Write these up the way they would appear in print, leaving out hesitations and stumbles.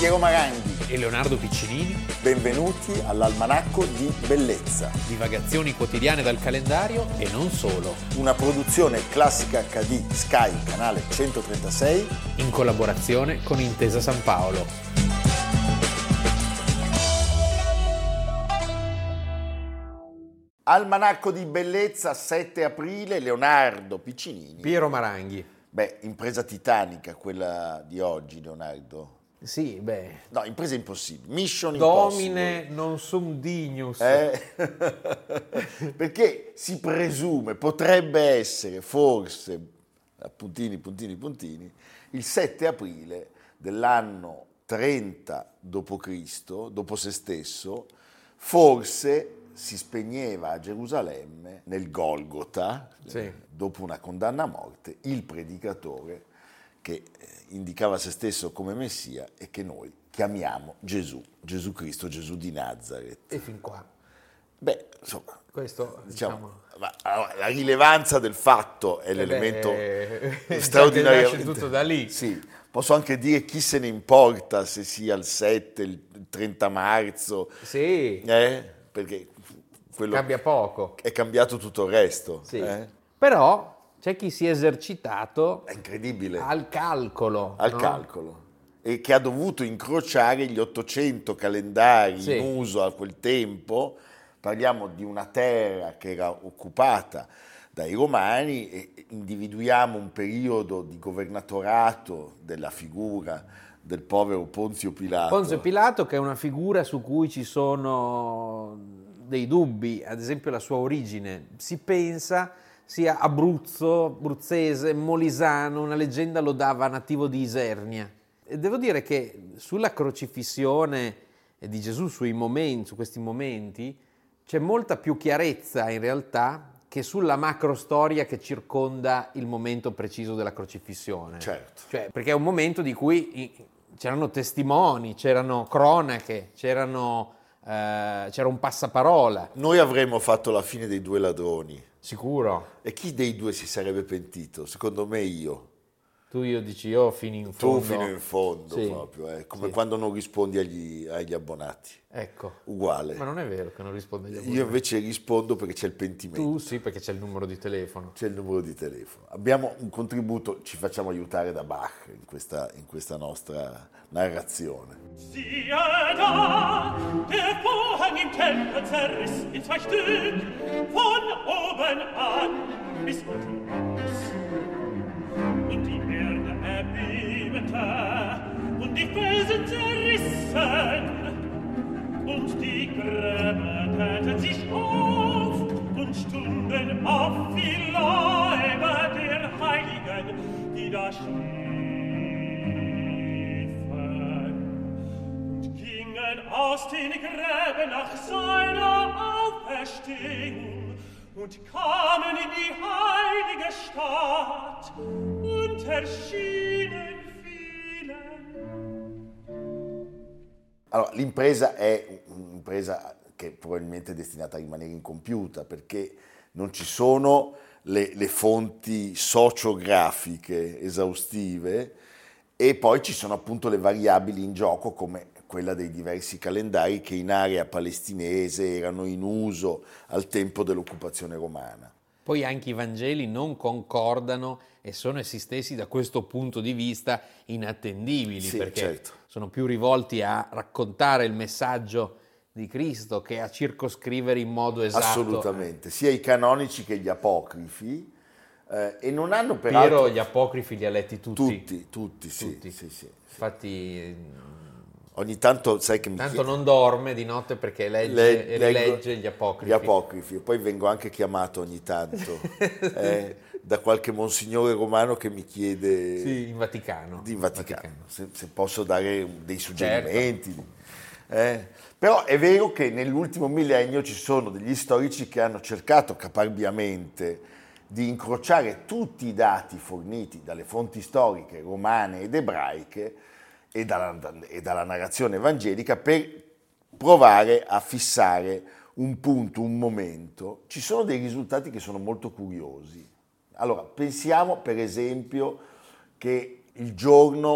Piero Maranghi e Leonardo Piccinini. Benvenuti all'Almanacco di Bellezza. Divagazioni quotidiane dal calendario e non solo. Una produzione Classica HD Sky, canale 136. In collaborazione con Intesa San Paolo. Almanacco di Bellezza, 7 aprile, Leonardo Piccinini. Piero Maranghi. Beh, impresa titanica quella di oggi, Leonardo. Sì, beh. No, impresa impossibile. Mission Domine impossible. non sum dignus. Perché si presume, potrebbe essere, forse, puntini, il 7 aprile dell'anno 30 d.C., dopo se stesso, forse si spegneva a Gerusalemme, nel Golgota, Sì. dopo una condanna a morte, il predicatore che indicava se stesso come Messia e che noi chiamiamo Gesù Cristo, Gesù di Nazareth. E fin qua. Beh, insomma, Questo, diciamo... la rilevanza del fatto è l'elemento straordinario. straordinario. Nasce tutto da lì. Sì, posso anche dire chi se ne importa se sia il 7, il 30 marzo. Sì. Perché quello Cambia poco. è cambiato tutto il resto. Sì. Però c'è chi si è esercitato È incredibile. al calcolo. Al no? calcolo. E che ha dovuto incrociare gli 800 calendari Sì. in uso a quel tempo. Parliamo di una terra che era occupata dai Romani e individuiamo un periodo di governatorato della figura del povero Ponzio Pilato. Ponzio Pilato, che è una figura su cui ci sono dei dubbi, ad esempio la sua origine. Si pensa sia abruzzese, molisano, una leggenda lo dava nativo di Isernia. E devo dire che sulla crocifissione di Gesù, su questi momenti, c'è molta più chiarezza in realtà che sulla macrostoria che circonda il momento preciso della crocifissione. Certo. Cioè, perché è un momento di cui c'erano testimoni, c'erano cronache, c'era un passaparola. Noi avremmo fatto la fine dei due ladroni. Sicuro. E chi dei due si sarebbe pentito? Secondo me io. Io dici io fino in fondo. Tu fino in fondo, Sì, proprio, come sì. quando non rispondi agli abbonati. Ecco. Uguale. Ma non è vero che non rispondi agli abbonati. Io invece rispondo perché c'è il pentimento. Tu sì, perché c'è il numero di telefono. C'è il numero di telefono. Abbiamo un contributo, ci facciamo aiutare da Bach in questa nostra narrazione. Siehe da, der Vorhang im Tempel zerriss in zwei Stück, von oben an bis unten aus. Und die Erde erbebte, und die Felsen zerrissen, und die Gräber täten sich auf, und stunden auf die Leiber der Heiligen, die da schliefen, und gingen aus den Gräben nach seiner Auferstehung, und kamen in die heilige Stadt, und erschienen vielen. Allora, l'impresa è un'impresa che probabilmente è destinata a rimanere incompiuta perché non ci sono le fonti sociografiche esaustive e poi ci sono appunto le variabili in gioco come quella dei diversi calendari che in area palestinese erano in uso al tempo dell'occupazione romana. Poi anche i Vangeli non concordano e sono essi stessi da questo punto di vista inattendibili, Sì, perché certo. sono più rivolti a raccontare il messaggio di Cristo che a circoscrivere in modo esatto. Assolutamente, sia i canonici che gli apocrifi e non hanno peraltro... Piero gli apocrifi li ha letti tutti. Tutti, sì. Tutti. Sì. Infatti Ogni tanto sai che mi tanto non dorme di notte perché legge e rilegge gli apocrifi. Gli apocrifi, e poi vengo anche chiamato ogni tanto da qualche monsignore romano che mi chiede... Sì, in Vaticano. In Vaticano. Se posso dare dei suggerimenti. Certo. Però è vero che nell'ultimo millennio ci sono degli storici che hanno cercato caparbiamente di incrociare tutti i dati forniti dalle fonti storiche romane ed ebraiche e dalla narrazione evangelica per provare a fissare un punto, un momento. Ci sono dei risultati che sono molto curiosi. Allora, pensiamo per esempio che il giorno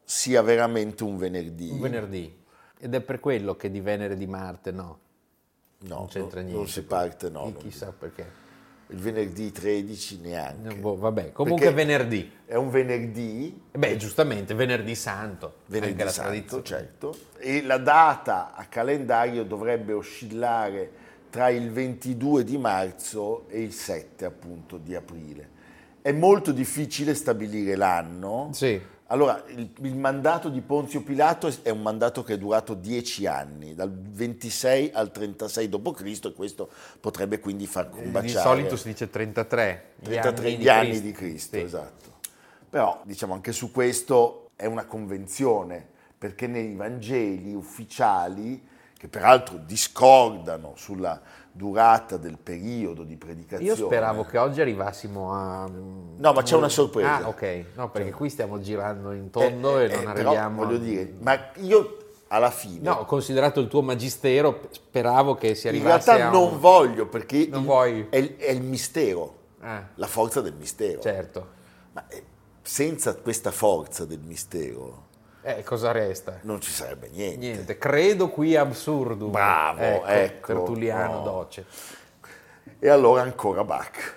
sia veramente un venerdì. Un venerdì. Ed è per quello che di Venere e di Marte no. No, non c'entra niente. non si parte, no. Chissà perché. Il venerdì 13 neanche. Vabbè, comunque è venerdì. È un venerdì. Giustamente, venerdì santo. Venerdì anche la santo, tradizione. certo. E la data a calendario dovrebbe oscillare tra il 22 di marzo e il 7 appunto di aprile. È molto difficile stabilire l'anno. Sì. Allora, il mandato di Ponzio Pilato è un mandato che è durato 10 anni, dal 26 al 36 d.C., e questo potrebbe quindi far combaciare. Di solito si dice 33. Gli anni di Cristo, sì. esatto. Però, diciamo, anche su questo è una convenzione, perché nei Vangeli ufficiali, che peraltro discordano sulla durata del periodo di predicazione. Io speravo che oggi arrivassimo a... No, ma c'è una sorpresa. Ah, ok. No, perché qui stiamo girando in tondo e non arriviamo... Però, voglio dire, ma io alla fine... No, considerato il tuo magistero, speravo che si in arrivasse realtà non voglio, perché Non vuoi? è il mistero, la forza del mistero. Certo. Ma senza questa forza del mistero Cosa resta? non ci sarebbe niente. Niente, credo qui absurdum. Bravo, ecco. Tertulliano Doce. E allora ancora Bach.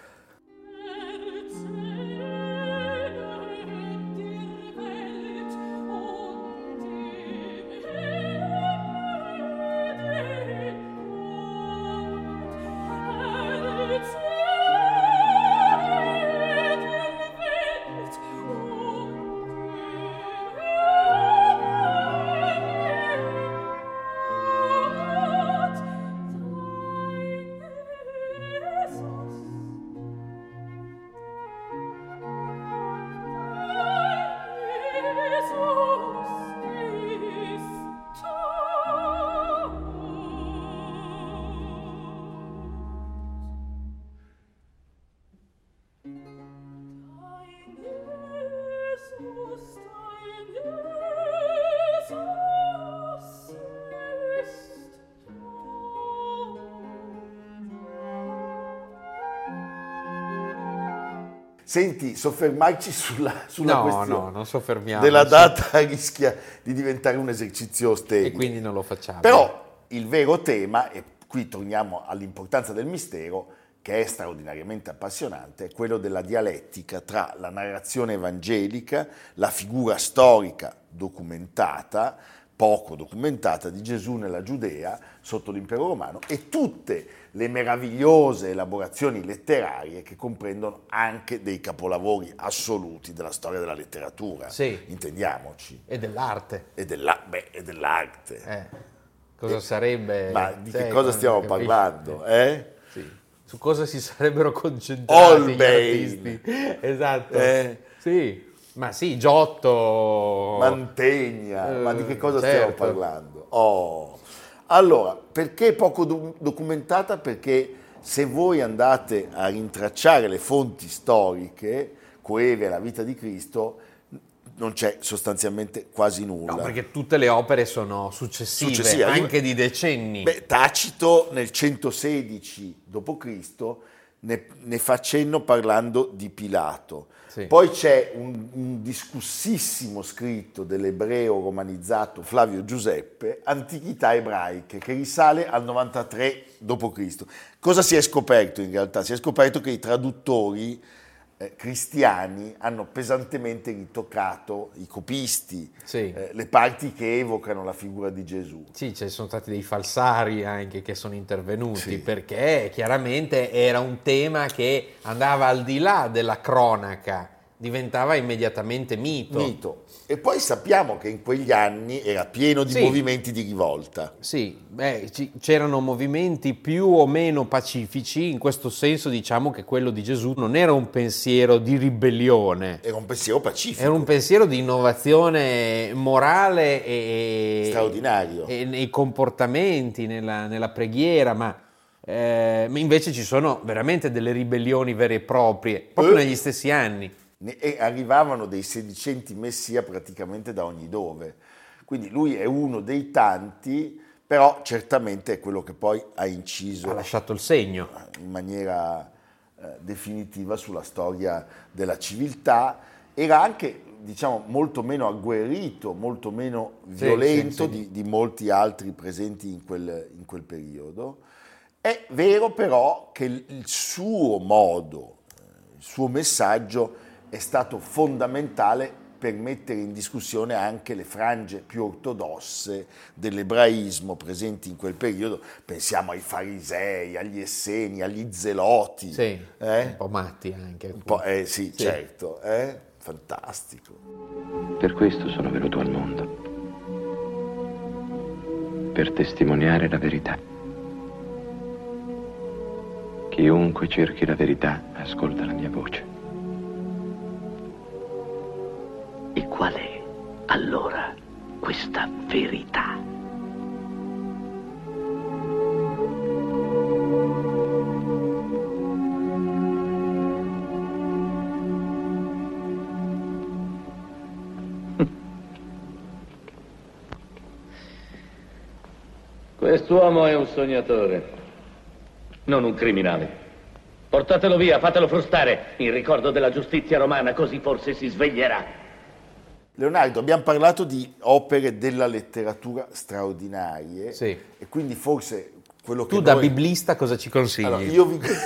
Senti, soffermarci sulla questione No, non soffermiamoci. della data rischia di diventare un esercizio sterile. E quindi non lo facciamo. Però il vero tema, e qui torniamo all'importanza del mistero, che è straordinariamente appassionante, è quello della dialettica tra la narrazione evangelica, la figura storica documentata, poco documentata, di Gesù nella Giudea sotto l'impero romano, e tutte le meravigliose elaborazioni letterarie che comprendono anche dei capolavori assoluti della storia della letteratura, sì. Intendiamoci. E dell'arte. E dell'arte. Cosa sarebbe... Ma di che cosa stiamo parlando? Sì. Su cosa si sarebbero concentrati Holbein. gli artisti? Esatto. Sì. Ma sì, Giotto... Mantegna, ma di che cosa certo. stiamo parlando? Allora, perché poco documentata? Perché se voi andate a rintracciare le fonti storiche coeve alla vita di Cristo, non c'è sostanzialmente quasi nulla. No, perché tutte le opere sono successive. Anche di decenni. Tacito nel 116 d.C. ne fa cenno parlando di Pilato. Sì. Poi c'è un discussissimo scritto dell'ebreo romanizzato Flavio Giuseppe, Antichità ebraiche, che risale al 93 d.C. Cosa si è scoperto in realtà? Si è scoperto che i traduttori cristiani hanno pesantemente ritoccato, i copisti, sì. Le parti che evocano la figura di Gesù. Sì, ci sono stati dei falsari anche che sono intervenuti, sì. Perché chiaramente era un tema che andava al di là della cronaca, diventava immediatamente mito. E poi sappiamo che in quegli anni era pieno di movimenti di rivolta. Sì, c'erano movimenti più o meno pacifici, in questo senso diciamo che quello di Gesù non era un pensiero di ribellione. Era un pensiero pacifico. Era un pensiero di innovazione morale e straordinario. E nei comportamenti, nella preghiera, ma invece ci sono veramente delle ribellioni vere e proprie, proprio negli stessi anni. E arrivavano dei sedicenti messia praticamente da ogni dove. Quindi lui è uno dei tanti, però certamente è quello che poi ha inciso. Ha lasciato il segno. In maniera definitiva sulla storia della civiltà. Era anche diciamo, molto meno agguerrito, molto meno violento di molti altri presenti in quel periodo. È vero però che il suo modo, il suo messaggio è stato fondamentale per mettere in discussione anche le frange più ortodosse dell'ebraismo presenti in quel periodo. Pensiamo ai farisei, agli esseni, agli zeloti. Sì, un po' matti anche. Sì, certo, fantastico. Per questo sono venuto al mondo, per testimoniare la verità. Chiunque cerchi la verità ascolta la mia voce. E qual è allora questa verità? Quest'uomo è un sognatore, non un criminale. Portatelo via, fatelo frustare in ricordo della giustizia romana, così forse si sveglierà. Leonardo, abbiamo parlato di opere della letteratura straordinarie, e quindi forse quello che tu da biblista cosa ci consigli? Allora, io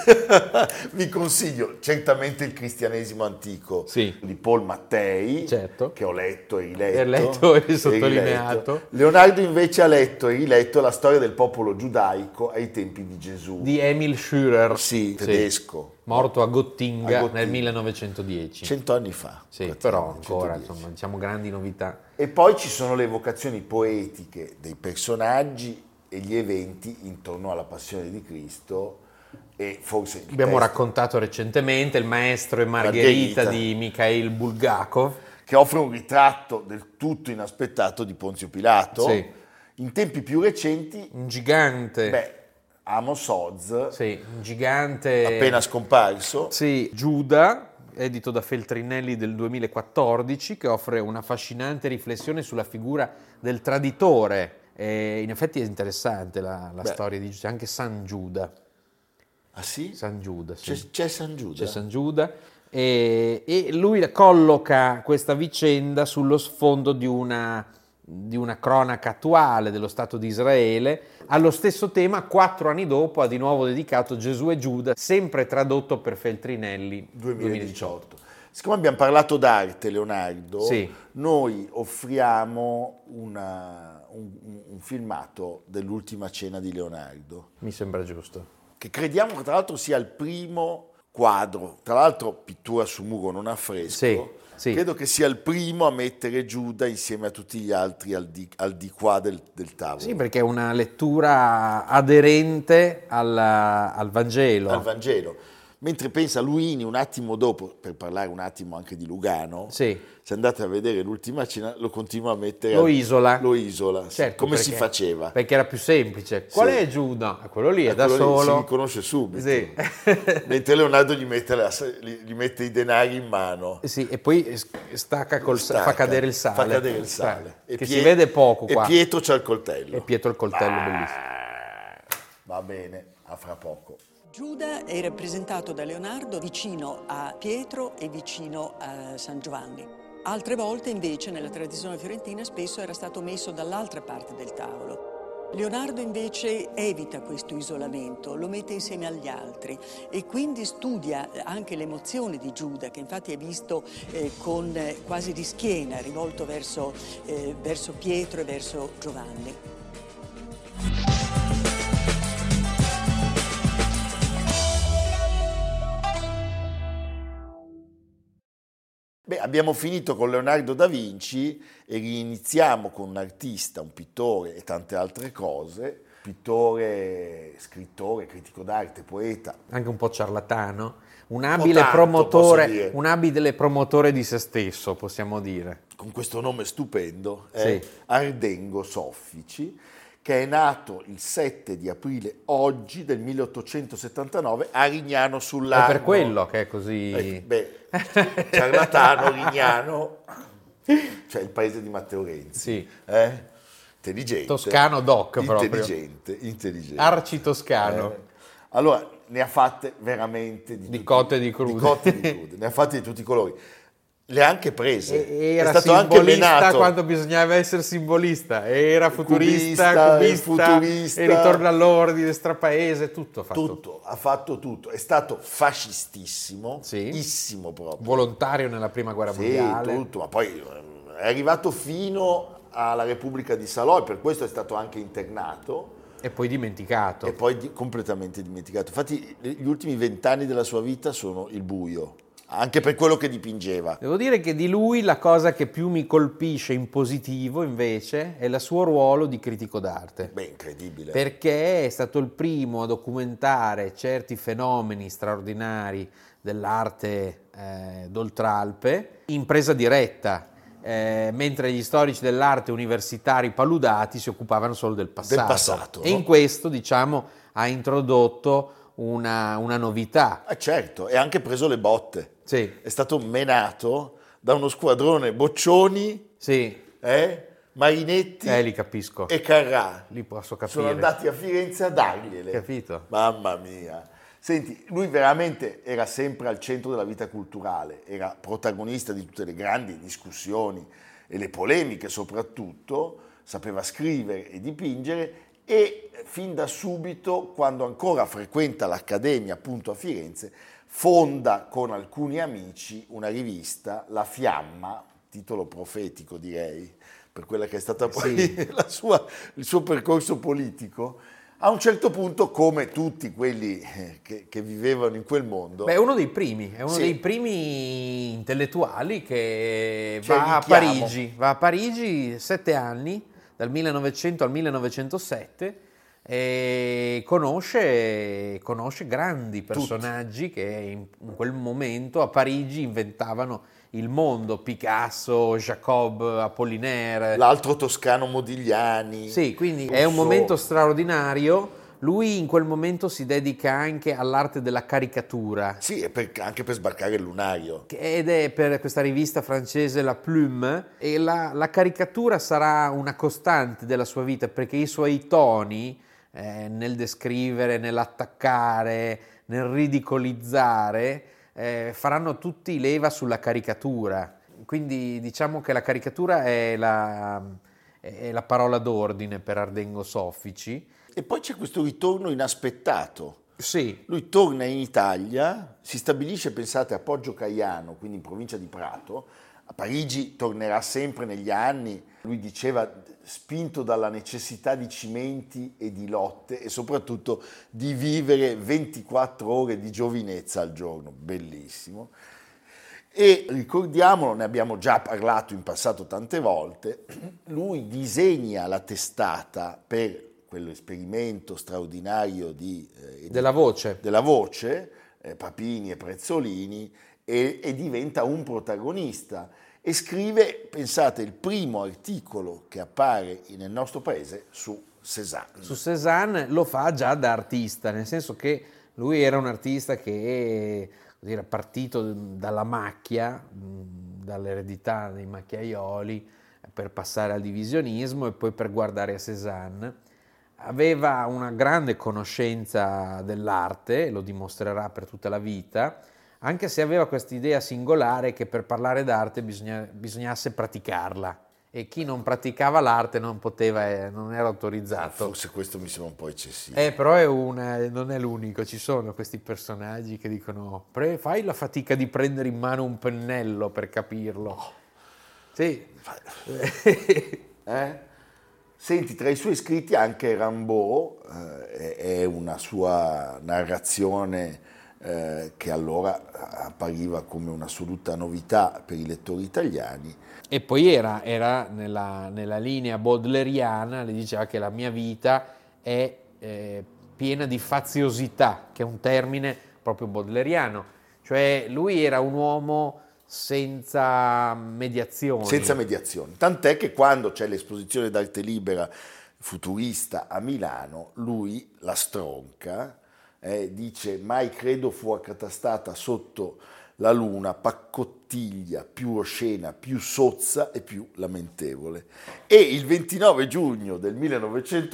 vi consiglio certamente il Cristianesimo antico di Paul Mattei, che ho letto e riletto. E sottolineato. Leonardo invece ha letto e riletto la storia del popolo giudaico ai tempi di Gesù. Di Emil Schürer. Tedesco. Morto a Gottinga nel 1910. 100 anni fa. Però ancora, insomma, diciamo grandi novità. E poi ci sono le evocazioni poetiche dei personaggi e gli eventi intorno alla passione di Cristo, e forse abbiamo raccontato recentemente Il maestro e Margherita di Mikhail Bulgakov, che offre un ritratto del tutto inaspettato di Ponzio Pilato. In tempi più recenti un gigante, Amos Oz, un gigante appena scomparso, Giuda, edito da Feltrinelli del 2014, che offre una affascinante riflessione sulla figura del traditore. E in effetti è interessante la storia di Giuda, anche San Giuda. Ah sì? San Giuda, C'è San Giuda? C'è San Giuda, e lui colloca questa vicenda sullo sfondo di una cronaca attuale dello Stato di Israele. Allo stesso tema, 4 anni dopo, ha di nuovo dedicato Gesù e Giuda, sempre tradotto per Feltrinelli 2018. Siccome abbiamo parlato d'arte, Leonardo, noi offriamo un filmato dell'Ultima Cena di Leonardo. Mi sembra giusto. Che crediamo che tra l'altro sia il primo quadro, tra l'altro pittura su muro, non affresco. Credo che sia il primo a mettere Giuda insieme a tutti gli altri al di qua del tavolo. Sì, perché è una lettura aderente al Vangelo. Al Vangelo. Mentre pensa Luini un attimo dopo, per parlare un attimo anche di Lugano, se andate a vedere l'Ultima Cena lo continua a mettere... Lo isola. Certo, come si faceva. Perché era più semplice. Qual è Giuda? Quello lì, è da solo. Si riconosce subito. Mentre Leonardo gli mette i denari in mano. E poi stacca fa cadere il sale. Fa cadere il sale. Che si vede poco qua. E Pietro c'ha il coltello. E Pietro il coltello, bellissimo. Va bene, a fra poco. Giuda è rappresentato da Leonardo vicino a Pietro e vicino a San Giovanni. Altre volte invece nella tradizione fiorentina spesso era stato messo dall'altra parte del tavolo. Leonardo invece evita questo isolamento, lo mette insieme agli altri e quindi studia anche l'emozione di Giuda, che infatti è visto quasi di schiena, rivolto verso Pietro e verso Giovanni. Abbiamo finito con Leonardo da Vinci e riniziamo con un artista, un pittore e tante altre cose, pittore, scrittore, critico d'arte, poeta. Anche un po' ciarlatano, un abile promotore di se stesso, possiamo dire. Con questo nome stupendo, Ardengo Soffici, che è nato il 7 di aprile oggi del 1879 a Rignano sul Lago. È per quello che è così... ciarlatano, Rignano, cioè il paese di Matteo Renzi. Intelligente. Toscano doc intelligente. Arci-toscano. Allora, ne ha fatte veramente di cotte e di crude. Ne ha fatte di tutti i colori. Le ha anche prese. Era è stato anche simbolista menato quando bisognava essere simbolista, era futurista, cubista, e ritorno all'ordine, strapaese, tutto ha fatto. tutto, ha fatto tutto. È stato fascistissimo, Sì. issimo proprio. Volontario nella prima guerra Sì, mondiale. tutto, ma poi è arrivato fino alla Repubblica di Salò, e per questo è stato anche internato. E poi dimenticato. E poi completamente dimenticato. Infatti gli ultimi 20 anni della sua vita sono il buio, anche per quello che dipingeva. Devo dire che di lui la cosa che più mi colpisce in positivo invece è il suo ruolo di critico d'arte. Beh, incredibile. Perché è stato il primo a documentare certi fenomeni straordinari dell'arte d'Oltralpe in presa diretta. Mentre gli storici dell'arte universitari paludati si occupavano solo del passato. E no? in questo, diciamo, ha introdotto una novità. Certo, e ha anche preso le botte. Sì. È stato menato da uno squadrone Boccioni, Sì. Marinetti Li capisco. e Carrà. Li posso capire. Sono andati a Firenze a dargliele. Capito? Mamma mia. Senti, lui veramente era sempre al centro della vita culturale, era protagonista di tutte le grandi discussioni e le polemiche soprattutto, sapeva scrivere e dipingere, e fin da subito, quando ancora frequenta l'Accademia appunto a Firenze, fonda con alcuni amici una rivista, La Fiamma, titolo profetico direi, per quella che è stata poi il suo percorso politico. A un certo punto, come tutti quelli che vivevano in quel mondo... Beh, è uno dei primi, dei primi intellettuali che va a Parigi 7 anni, dal 1900 al 1907, e conosce grandi personaggi che in quel momento a Parigi inventavano il mondo, Picasso, Jacob Apollinaire. L'altro toscano Modigliani. Sì, quindi è un momento straordinario. Lui in quel momento si dedica anche all'arte della caricatura. Sì, anche per sbarcare il lunario. Ed è per questa rivista francese La Plume, e la caricatura sarà una costante della sua vita, perché i suoi toni nel descrivere, nell'attaccare, nel ridicolizzare, faranno tutti leva sulla caricatura. Quindi diciamo che la caricatura è la parola d'ordine per Ardengo Soffici. E poi c'è questo ritorno inaspettato. Sì. Lui torna in Italia, si stabilisce, pensate, a Poggio Caiano, quindi in provincia di Prato. A Parigi tornerà sempre negli anni. Lui diceva, spinto dalla necessità di cimenti e di lotte, e soprattutto di vivere 24 ore di giovinezza al giorno. Bellissimo. E ricordiamolo, ne abbiamo già parlato in passato tante volte, lui disegna la testata per quell'esperimento straordinario della voce, Papini e Prezzolini, e diventa un protagonista e scrive, pensate, il primo articolo che appare nel nostro paese su Cézanne. Su Cézanne lo fa già da artista, nel senso che lui era un artista che era partito dalla macchia, dall'eredità dei macchiaioli, per passare al divisionismo e poi per guardare a Cézanne. Aveva una grande conoscenza dell'arte, lo dimostrerà per tutta la vita, anche se aveva questa idea singolare che per parlare d'arte bisognasse praticarla, e chi non praticava l'arte non era autorizzato. Forse questo mi sembra un po' eccessivo. Però non è l'unico, ci sono questi personaggi che dicono fai la fatica di prendere in mano un pennello per capirlo. Sì. Senti, tra i suoi scritti anche Rimbaud è una sua narrazione che allora appariva come un'assoluta novità per i lettori italiani. E poi era nella linea baudeleriana, le diceva che la mia vita è piena di faziosità, che è un termine proprio baudeleriano, cioè lui era un uomo senza mediazioni. Tant'è che quando c'è l'esposizione d'arte libera futurista a Milano, lui la stronca, dice: mai credo fu accatastata sotto la luna paccottiglia più oscena, più sozza e più lamentevole. E il 29 giugno del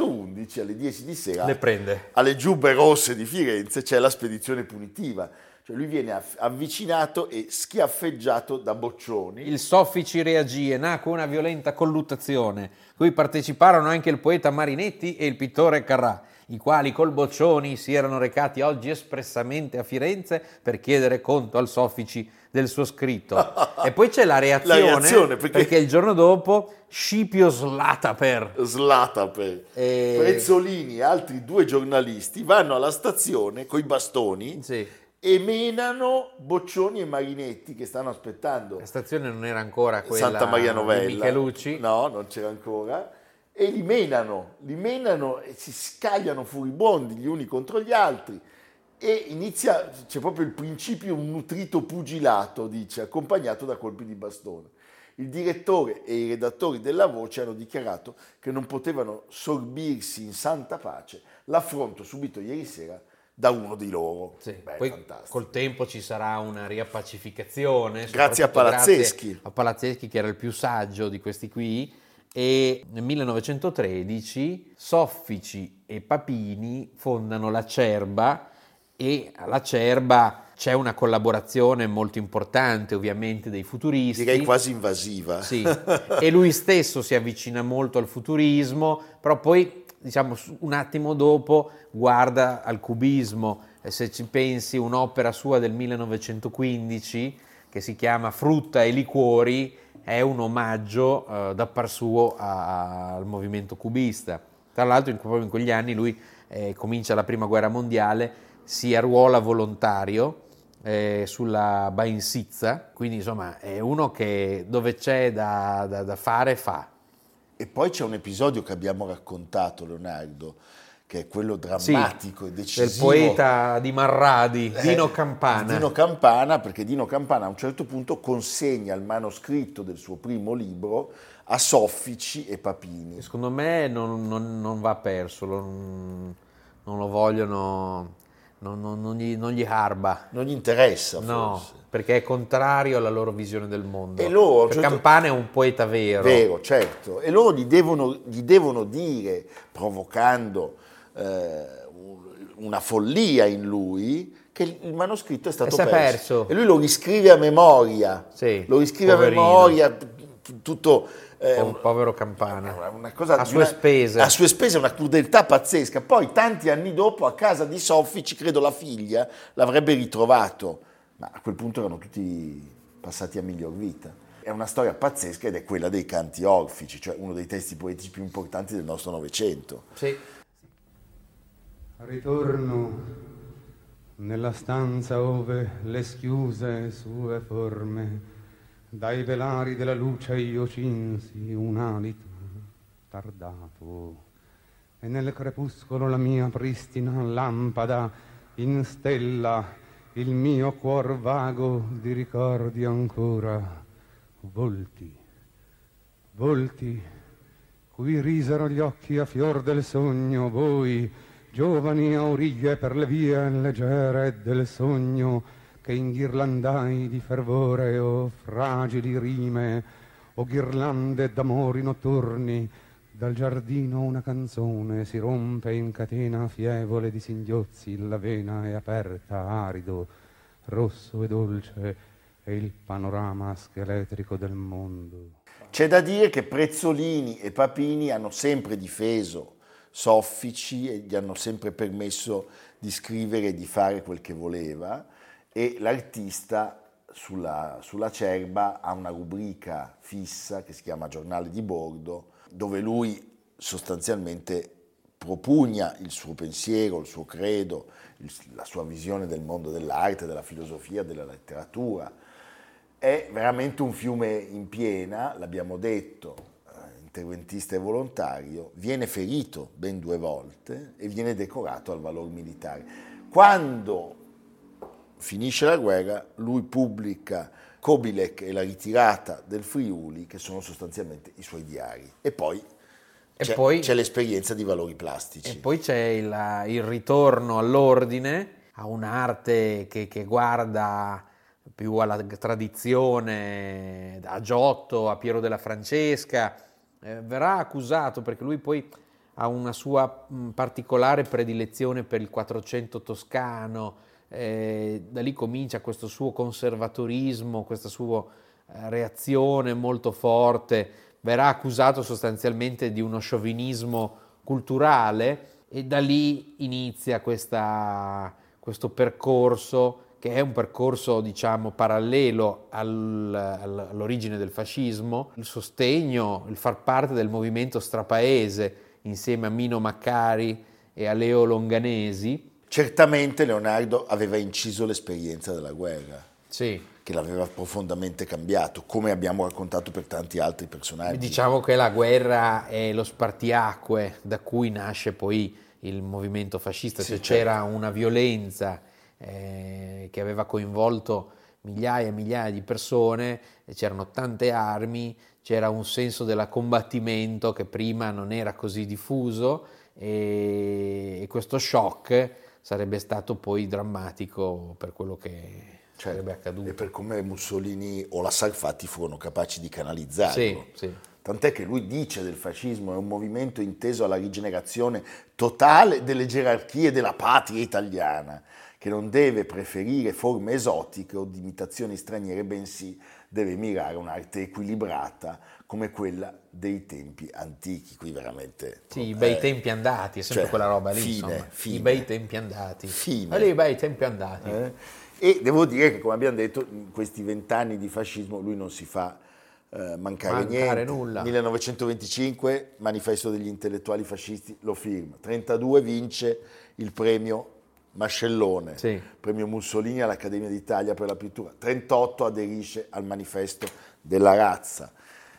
1911 alle 10 di sera le prende. Alle Giubbe Rosse di Firenze c'è la spedizione punitiva. Cioè lui viene avvicinato e schiaffeggiato da Boccioni. Il Soffici reagì e nacque una violenta colluttazione, cui parteciparono anche il poeta Marinetti e il pittore Carrà, i quali col Boccioni si erano recati oggi espressamente a Firenze per chiedere conto al Soffici del suo scritto. E poi c'è la reazione perché il giorno dopo Scipio Slataper Prezzolini e altri 2 giornalisti vanno alla stazione coi bastoni e menano Boccioni e Marinetti che stanno aspettando. La stazione non era ancora quella Santa Maria Novella di Michelucci. No, non c'era ancora. E li menano e si scagliano furibondi gli uni contro gli altri. E c'è proprio il principio un nutrito pugilato, dice, accompagnato da colpi di bastone. Il direttore e i redattori della Voce hanno dichiarato che non potevano sorbirsi in santa pace l'affronto subito ieri sera da uno di loro. Sì, beh, poi fantastico. col tempo ci sarà una riappacificazione. Grazie a Palazzeschi. Grazie a Palazzeschi, che era il più saggio di questi qui. E nel 1913 Soffici e Papini fondano la Cerba, e alla Cerba c'è una collaborazione molto importante ovviamente dei futuristi. Direi quasi invasiva. Sì, e lui stesso si avvicina molto al futurismo, però poi diciamo un attimo dopo guarda al cubismo. E se ci pensi, un'opera sua del 1915 che si chiama Frutta e liquori è un omaggio da par suo al movimento cubista. Tra l'altro proprio in quegli anni lui comincia la prima guerra mondiale, si arruola volontario sulla Bainsizza, quindi insomma è uno che dove c'è da fare fa. E poi c'è un episodio che abbiamo raccontato, Leonardo, che è quello drammatico e decisivo. Del poeta di Marradi, Dino Campana. Dino Campana, perché Dino Campana a un certo punto consegna il manoscritto del suo primo libro a Soffici e Papini. Secondo me non va perso, non lo vogliono, non gli arba. Non gli interessa, forse. No, perché è contrario alla loro visione del mondo. E loro, Campana è un poeta vero. Vero, certo. E loro gli devono dire, provocando una follia in lui, che il manoscritto è stato perso. E lui lo riscrive a memoria. Sì, lo riscrive poverino. A memoria, tutto... un povero Campana. Una cosa a sue spese. A sue spese, una crudeltà pazzesca. Poi tanti anni dopo a casa di Soffici, credo la figlia, l'avrebbe ritrovato. Ma a quel punto erano tutti passati a miglior vita. È una storia pazzesca ed è quella dei Canti Orfici, cioè uno dei testi poetici più importanti del nostro Novecento. Sì. Ritorno nella stanza ove le schiuse sue forme dai velari della luce io cinsi un alito tardato e nel crepuscolo la mia pristina lampada instella il mio cuor vago di ricordi ancora, volti cui risero gli occhi a fior del sogno voi, giovani auriglie per le vie leggere del sogno che inghirlandai di fervore o fragili rime o ghirlande d'amori notturni. Dal giardino una canzone si rompe in catena fievole di singhiozzi, la vena è aperta, arido, rosso e dolce, e il panorama scheletrico del mondo. C'è da dire che Prezzolini e Papini hanno sempre difeso Soffici e gli hanno sempre permesso di scrivere e di fare quel che voleva, e l'artista sulla Cerba ha una rubrica fissa che si chiama Giornale di Bordo, dove lui sostanzialmente propugna il suo pensiero, il suo credo, la sua visione del mondo dell'arte, della filosofia, della letteratura. È veramente un fiume in piena, l'abbiamo detto, interventista e volontario, viene ferito ben 2 volte e viene decorato al valor militare. Quando finisce la guerra, lui pubblica Kobilek e la ritirata del Friuli, che sono sostanzialmente i suoi diari. E poi c'è l'esperienza di valori plastici. E poi c'è il ritorno all'ordine, a un'arte che guarda più alla tradizione, a Giotto, a Piero della Francesca. Verrà accusato perché lui poi ha una sua particolare predilezione per il Quattrocento toscano, Da lì comincia questo suo conservatorismo, questa sua reazione molto forte, verrà accusato sostanzialmente di uno sciovinismo culturale e da lì inizia questo percorso che è un percorso, diciamo, parallelo all'origine del fascismo, il sostegno, il far parte del movimento strapaese insieme a Mino Maccari e a Leo Longanesi. Certamente Leonardo aveva inciso l'esperienza della guerra, sì, che l'aveva profondamente cambiato, come abbiamo raccontato per tanti altri personaggi. Diciamo che la guerra è lo spartiacque da cui nasce poi il movimento fascista, Sì, cioè certo. c'era una violenza che aveva coinvolto migliaia e migliaia di persone, c'erano tante armi, c'era un senso del combattimento che prima non era così diffuso e questo shock sarebbe stato poi drammatico per quello che sarebbe accaduto. E per come Mussolini o la Sarfatti furono capaci di canalizzarlo. Sì, sì. Tant'è che lui dice del fascismo è un movimento inteso alla rigenerazione totale delle gerarchie della patria italiana, che non deve preferire forme esotiche o di imitazioni straniere, bensì deve mirare a un'arte equilibrata come quella dei tempi antichi. Qui veramente... Sì, i bei tempi andati, è sempre quella roba lì, insomma. I bei tempi andati. I bei tempi andati. E devo dire che, come abbiamo detto, in questi 20 anni di fascismo lui non si fa mancare niente. Nulla. 1925, Manifesto degli intellettuali fascisti, lo firma. 32 vince il premio Mascellone, sì, premio Mussolini all'Accademia d'Italia per la pittura. 38 aderisce al Manifesto della razza.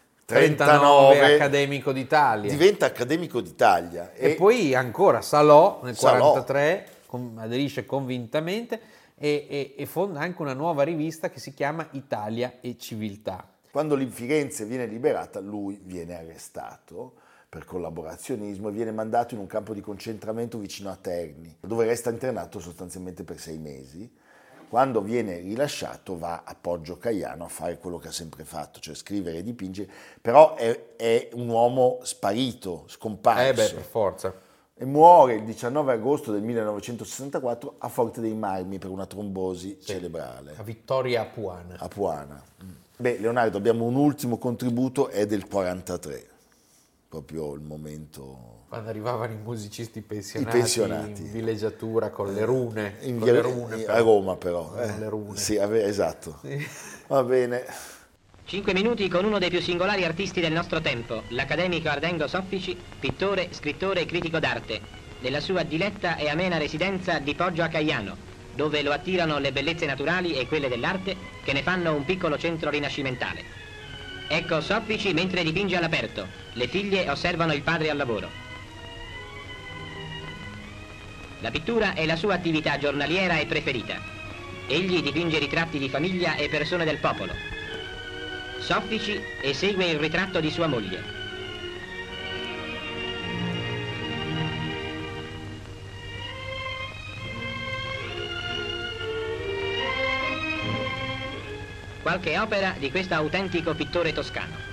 39 accademico d'Italia. Diventa accademico d'Italia. E poi ancora Salò nel 1943, aderisce convintamente e fonda anche una nuova rivista che si chiama Italia e Civiltà. Quando Firenze viene liberata, lui viene arrestato per collaborazionismo e viene mandato in un campo di concentramento vicino a Terni, dove resta internato sostanzialmente per 6 mesi. Quando viene rilasciato va a Poggio Caiano a fare quello che ha sempre fatto, cioè scrivere e dipingere, però è un uomo sparito, scomparso. Per forza. E muore il 19 agosto del 1964 a Forte dei Marmi per una trombosi cerebrale. A Vittoria Apuana. Apuana. Beh, Leonardo, abbiamo un ultimo contributo, è del 43, proprio il momento... Quando arrivavano i musicisti pensionati. In villeggiatura con le rune. A Roma però. Con le rune. Sì, esatto. Sì. Va bene. 5 minuti con uno dei più singolari artisti del nostro tempo, l'accademico Ardengo Soffici, pittore, scrittore e critico d'arte, nella sua diletta e amena residenza di Poggio a Caiano, dove lo attirano le bellezze naturali e quelle dell'arte che ne fanno un piccolo centro rinascimentale. Ecco Soffici mentre dipinge all'aperto, le figlie osservano il padre al lavoro. La pittura è la sua attività giornaliera e preferita. Egli dipinge ritratti di famiglia e persone del popolo. Soffici esegue il ritratto di sua moglie. Qualche opera di questo autentico pittore toscano.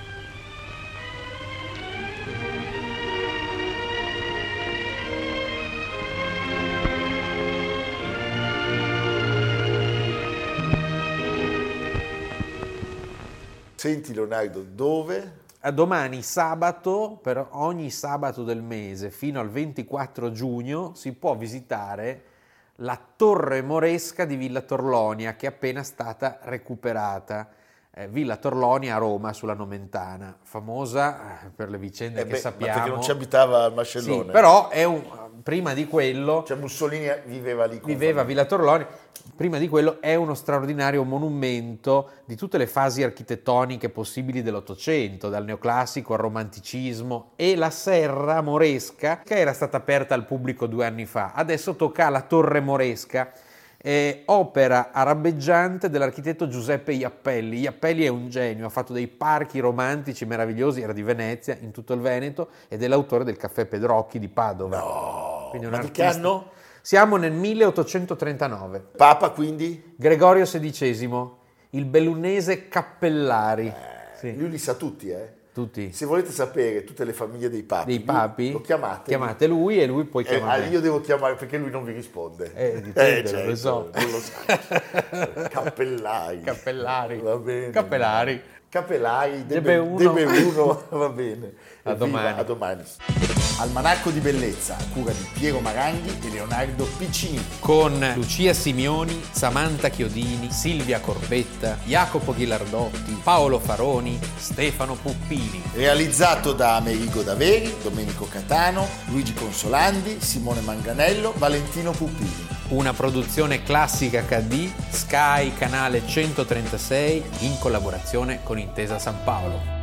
Senti Leonardo, dove? A domani sabato, per ogni sabato del mese, fino al 24 giugno, si può visitare la Torre Moresca di Villa Torlonia, che è appena stata recuperata. Villa Torlonia a Roma, sulla Nomentana, famosa per le vicende che sappiamo. Ma perché non ci abitava al Mascellone? Sì, però prima di quello... Cioè Mussolini viveva lì. Viveva a Villa Torlonia. Prima di quello è uno straordinario monumento di tutte le fasi architettoniche possibili dell'Ottocento, dal neoclassico al romanticismo, e la serra moresca, che era stata aperta al pubblico 2 anni fa. Adesso tocca alla Torre Moresca, opera arabeggiante dell'architetto Giuseppe Iappelli. Iappelli è un genio, ha fatto dei parchi romantici meravigliosi, era di Venezia, in tutto il Veneto, ed è l'autore del Caffè Pedrocchi di Padova. No, ma di che anno? Siamo nel 1839. Papa quindi? Gregorio XVI, il bellunese Cappellari. Lui li sa tutti, Tutti. Se volete sapere tutte le famiglie dei papi, lo chiamate lui e lui poi chiama me. Io devo chiamare perché lui non vi risponde. Dipende, certo, non lo so. Non lo sa. Cappellari. Va bene. Cappellari. Debe uno, va bene. A domani. A domani. Almanacco di bellezza, a cura di Piero Maranghi e Leonardo Piccini. Con Lucia Simioni, Samantha Chiodini, Silvia Corbetta, Jacopo Ghilardotti, Paolo Faroni, Stefano Puppini. Realizzato da Amerigo Daveri, Domenico Catano, Luigi Consolandi, Simone Manganello, Valentino Puppini. Una produzione Classica HD, Sky Canale 136, in collaborazione con Intesa San Paolo.